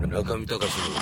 中見隆の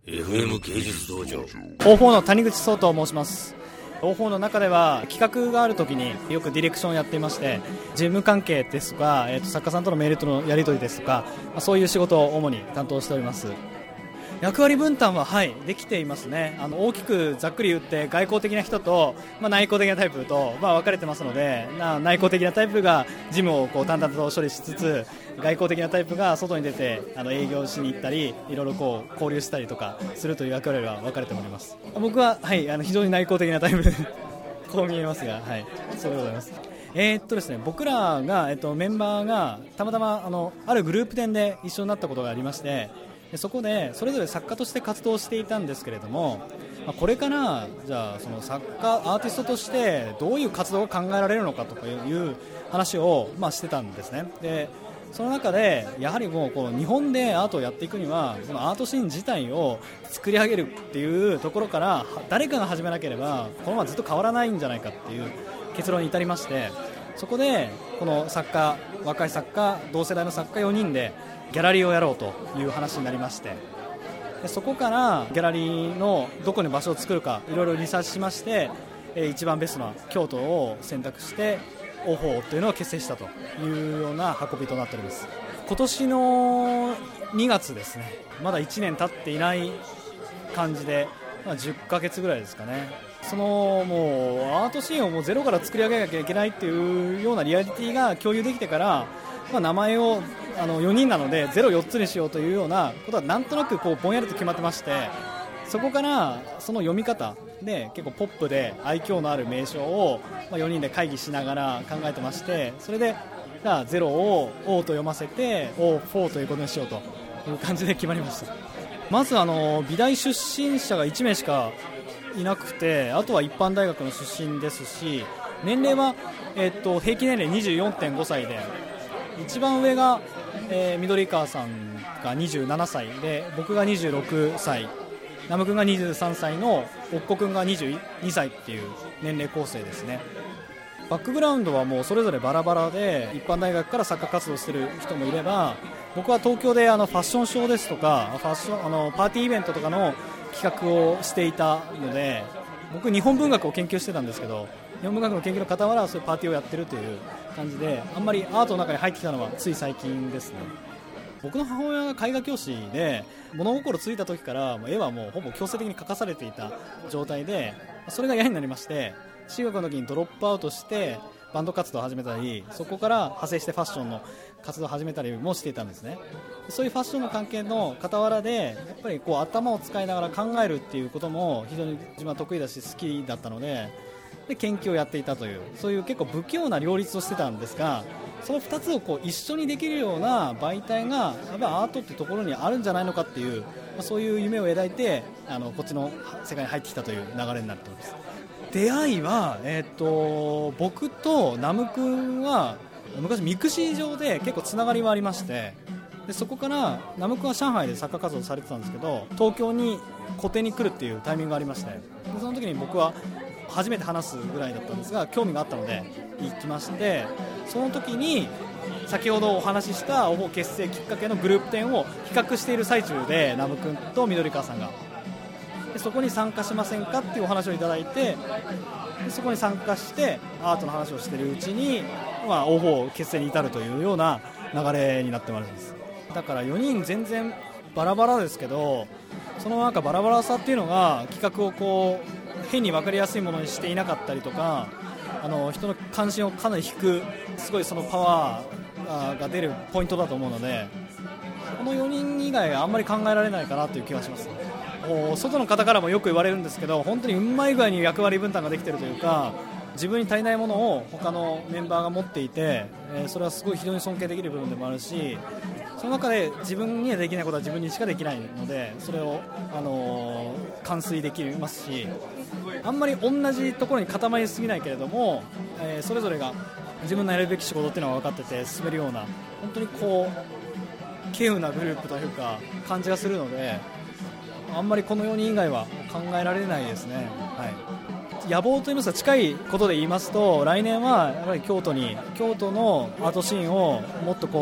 FM 芸術道場。 広報の谷口壮と申します。広報の中では企画があるときによくディレクションをやっていまして、事務関係ですとか、作家さんとのメールとのやり取りですとか、そういう仕事を主に担当しております。役割分担は、できていますね。大きくざっくり言って外交的な人と、内向的なタイプと、分かれてますので、内向的なタイプが事務を淡々と処理しつつ、外交的なタイプが外に出て営業しに行ったり、いろいろ交流したりとかするという役割が分かれております。僕は、非常に内向的なタイプでこう見えますが、そうでございます。ですね、僕らが、メンバーがたまたまあるグループ展で一緒になったことがありまして、そこでそれぞれ作家として活動していたんですけれども、これからじゃあその作家アーティストとしてどういう活動が考えられるのかとかいう話をしてたんですね。でその中でやはりもうこの日本でアートをやっていくにはそのアートシーン自体を作り上げるっていうところから誰かが始めなければこのままずっと変わらないんじゃないかっていう結論に至りまして、そこでこの作家、若い作家、同世代の作家4人でギャラリーをやろうという話になりまして、でそこからギャラリーのどこに場所を作るかいろいろリサーチしまして、一番ベストな京都を選択してオホーというのを結成したというような運びとなっております。今年の2月ですね、まだ1年経っていない感じで、10ヶ月ぐらいですかね。そのもうアートシーンをもうゼロから作り上げなきゃいけないっていうようなリアリティが共有できてから、名前を4人なので0、4つにしようというようなことはなんとなくぼんやりと決まってまして、そこからその読み方で結構ポップで愛嬌のある名称を4人で会議しながら考えてまして、それでじゃあ0を O と読ませて O4 ということにしようという感じで決まりました。まず美大出身者が1名しかいなくて、あとは一般大学の出身ですし、年齢は、平均年齢 24.5 歳で、一番上が、緑川さんが27歳で、僕が26歳、ナム君が23歳のおっこ君が22歳っていう年齢構成ですね。バックグラウンドはもうそれぞれバラバラで、一般大学から作家活動してる人もいれば、僕は東京でファッションショーですとかパーティーイベントとかの企画をしていたので、僕日本文学を研究してたんですけど、日本文学の研究の傍らそういうパーティーをやってるという感じで、あんまりアートの中に入ってきたのはつい最近ですね。僕の母親が絵画教師で、物心ついた時から絵はもうほぼ強制的に描かされていた状態で、それが嫌になりまして、中学の時にドロップアウトしてバンド活動を始めたり、そこから派生してファッションの活動を始めたりもしていたんですね。そういうファッションの関係の傍らでやっぱり頭を使いながら考えるっていうことも非常に自分は得意だし好きだったので、研究をやっていたという、そういう結構不器用な両立をしてたんですが、その2つを一緒にできるような媒体がやっぱアートっていうところにあるんじゃないのかっていう、そういう夢を描いてこっちの世界に入ってきたという流れになっています。出会いは、僕とナム君は昔ミクシー上で結構つながりはありまして、でそこからナム君は上海で作家活動されてたんですけど、東京に個展に来るっていうタイミングがありまして、でその時に僕は初めて話すぐらいだったんですが興味があったので行きまして、その時に先ほどお話ししたオホ結成きっかけのグループ展を企画している最中で、ナム君と緑川さんがでそこに参加しませんかっていうお話をいただいて、でそこに参加してアートの話をしているうちに、オホ結成に至るというような流れになってまいります。だから4人全然バラバラですけど、そのなんかバラバラさっていうのが企画を変に分かりやすいものにしていなかったりとか、人の関心をかなり引く、すごいそのパワーが出るポイントだと思うので、この4人以外はあんまり考えられないかなという気がします。外の方からもよく言われるんですけど、本当にうまい具合に役割分担ができているというか、自分に足りないものを他のメンバーが持っていて、それはすごい非常に尊敬できる部分でもあるし、その中で自分にはできないことは自分にしかできないので、それを、完遂できますし、あんまり同じところに固まりすぎないけれども、それぞれが自分のやるべき仕事っていうのが分かってて進めるような、本当に稀有なグループというか感じがするので、あんまりこの4人以外は考えられないですね。野望といいますか近いことで言いますと、来年はやっぱり京都のアートシーンをもっと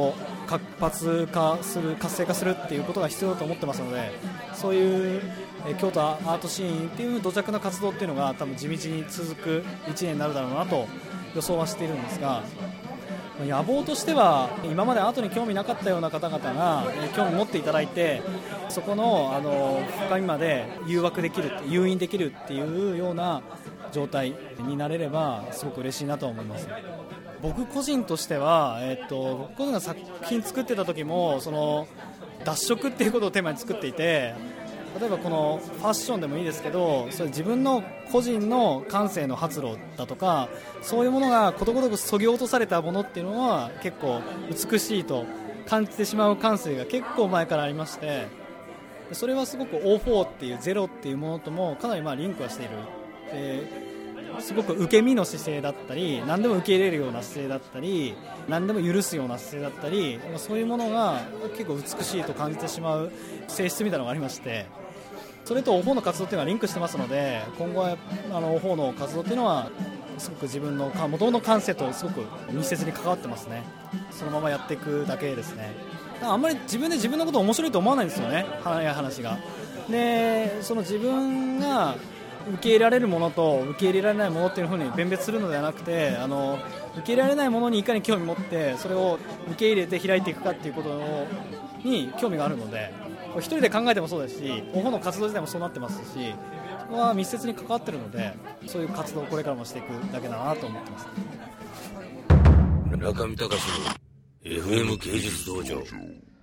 活発化する、活性化するっていうことが必要だと思ってますので、そういう京都アートシーンっていう土着の活動っていうのが多分地道に続く1年になるだろうなと予想はしているんですが、野望としては今までアートに興味なかったような方々が興味持っていただいて、そこの深みまで誘惑できる、誘引できるっていうような状態になれればすごく嬉しいなと思います。僕個人としては、僕個人が作品作ってた時もその脱色っていうことをテーマに作っていて、例えばこのファッションでもいいですけど、それ自分の個人の感性の発露だとか、そういうものがことごとく削ぎ落とされたものっていうのは結構美しいと感じてしまう感性が結構前からありまして、それはすごく O4 っていうゼロっていうものともかなりリンクはしている。すごく受け身の姿勢だったり、何でも受け入れるような姿勢だったり、何でも許すような姿勢だったり、そういうものが結構美しいと感じてしまう性質みたいなのがありまして、それと O4 の活動っていうのはリンクしてますので、今後はO4 の活動っていうのはすごく自分の元々の感性とすごく密接に関わってますね。そのままやっていくだけですね。あんまり自分で自分のことを面白いと思わないんですよね、話が。で、その自分が受け入れられるものと受け入れられないものっていう風に弁別するのではなくて、受け入れられないものにいかに興味を持ってそれを受け入れて開いていくかっていうことに興味があるので、一人で考えてもそうですし、O4の活動自体もそうなってますし、そこは密接に関わっているので、そういう活動をこれからもしていくだけだなと思ってます。 中見隆の FM 芸術道場。